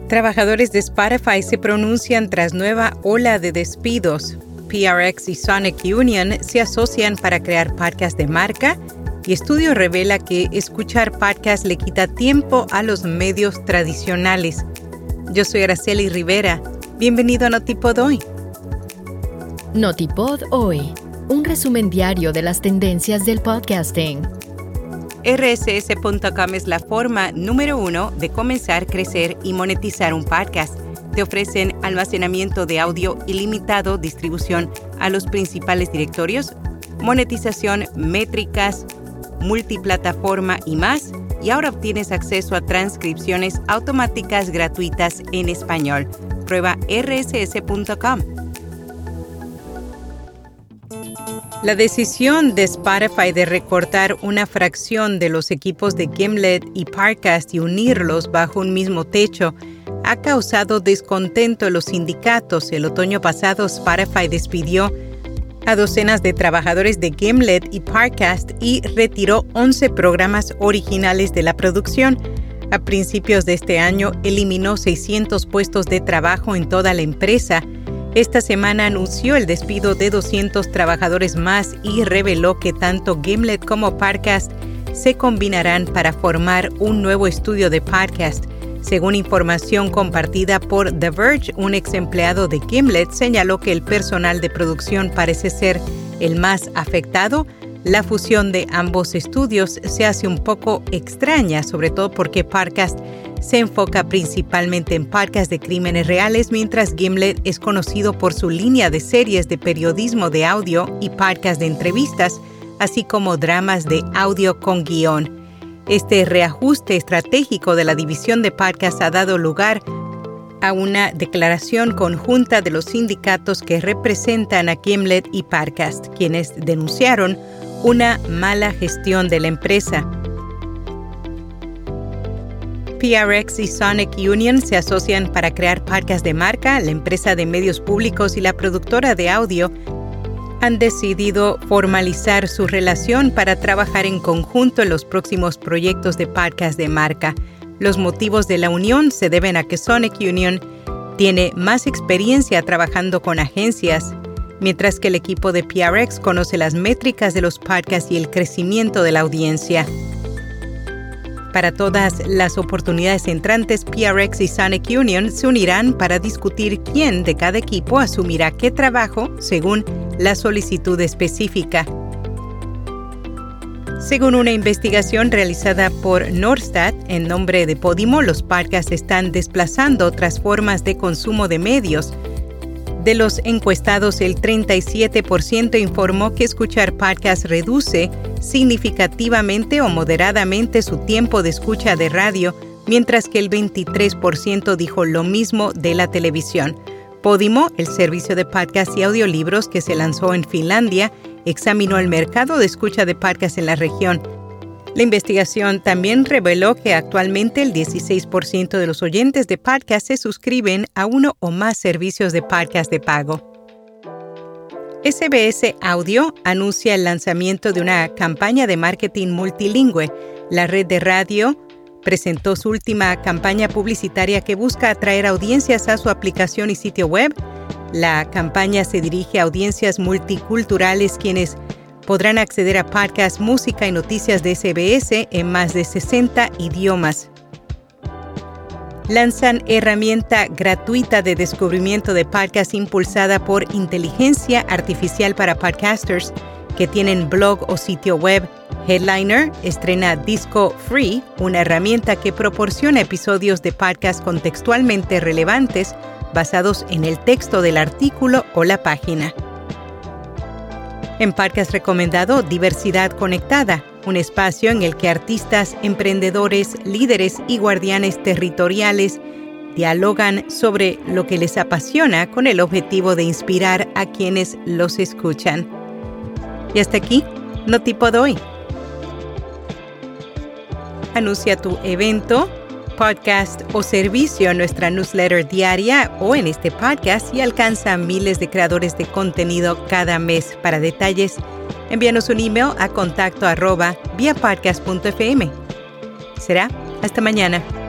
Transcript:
Trabajadores de Spotify se pronuncian tras nueva ola de despidos. PRX y Sonic Union se asocian para crear podcasts de marca y estudio revela que escuchar podcasts le quita tiempo a los medios tradicionales. Yo soy Araceli Rivera. Bienvenido a Notipod Hoy. Notipod Hoy, un resumen diario de las tendencias del podcasting. RSS.com es la forma número 1 de comenzar, crecer y monetizar un podcast. Te ofrecen almacenamiento de audio ilimitado, distribución a los principales directorios, monetización, métricas, multiplataforma y más. Y ahora obtienes acceso a transcripciones automáticas gratuitas en español. Prueba rss.com. La decisión de Spotify de recortar una fracción de los equipos de Gimlet y Parcast y unirlos bajo un mismo techo ha causado descontento en los sindicatos. El otoño pasado, Spotify despidió a docenas de trabajadores de Gimlet y Parcast y retiró 11 programas originales de la producción. A principios de este año, eliminó 600 puestos de trabajo en toda la empresa. Esta semana anunció el despido de 200 trabajadores más y reveló que tanto Gimlet como Parcast se combinarán para formar un nuevo estudio de podcast. Según información compartida por The Verge, un ex empleado de Gimlet señaló que el personal de producción parece ser el más afectado. La fusión de ambos estudios se hace un poco extraña, sobre todo porque Parcast se enfoca principalmente en podcasts de crímenes reales, mientras Gimlet es conocido por su línea de series de periodismo de audio y podcasts de entrevistas, así como dramas de audio con guión. Este reajuste estratégico de la división de podcasts ha dado lugar a una declaración conjunta de los sindicatos que representan a Gimlet y Parcast, quienes denunciaron una mala gestión de la empresa. PRX y Sonic Union se asocian para crear podcasts de marca. La empresa de medios públicos y la productora de audio han decidido formalizar su relación para trabajar en conjunto en los próximos proyectos de podcast de marca. Los motivos de la unión se deben a que Sonic Union tiene más experiencia trabajando con agencias, mientras que el equipo de PRX conoce las métricas de los podcasts y el crecimiento de la audiencia. Para todas las oportunidades entrantes, PRX y Sonic Union se unirán para discutir quién de cada equipo asumirá qué trabajo según la solicitud específica. Según una investigación realizada por Norstat en nombre de Podimo, los podcasts están desplazando otras formas de consumo de medios. De los encuestados, el 37% informó que escuchar podcasts reduce significativamente o moderadamente su tiempo de escucha de radio, mientras que el 23% dijo lo mismo de la televisión. Podimo, el servicio de podcasts y audiolibros que se lanzó en Finlandia, examinó el mercado de escucha de podcasts en la región. La investigación también reveló que actualmente el 16% de los oyentes de podcast se suscriben a uno o más servicios de podcast de pago. SBS Audio anuncia el lanzamiento de una campaña de marketing multilingüe. La red de radio presentó su última campaña publicitaria que busca atraer audiencias a su aplicación y sitio web. La campaña se dirige a audiencias multiculturales quienes podrán acceder a podcasts, música y noticias de SBS en más de 60 idiomas. Lanzan herramienta gratuita de descubrimiento de podcasts impulsada por inteligencia artificial para podcasters que tienen blog o sitio web. Headliner estrena Disco Free, una herramienta que proporciona episodios de podcast contextualmente relevantes basados en el texto del artículo o la página. En Podcast recomendado, Diversidad Conectada, un espacio en el que artistas, emprendedores, líderes y guardianes territoriales dialogan sobre lo que les apasiona con el objetivo de inspirar a quienes los escuchan. Y hasta aquí, Notipod Hoy. Anuncia tu evento, podcast o servicio en nuestra newsletter diaria o en este podcast y alcanza a miles de creadores de contenido cada mes. Para detalles, envíanos un email a contacto@viapodcast.fm. Será hasta mañana.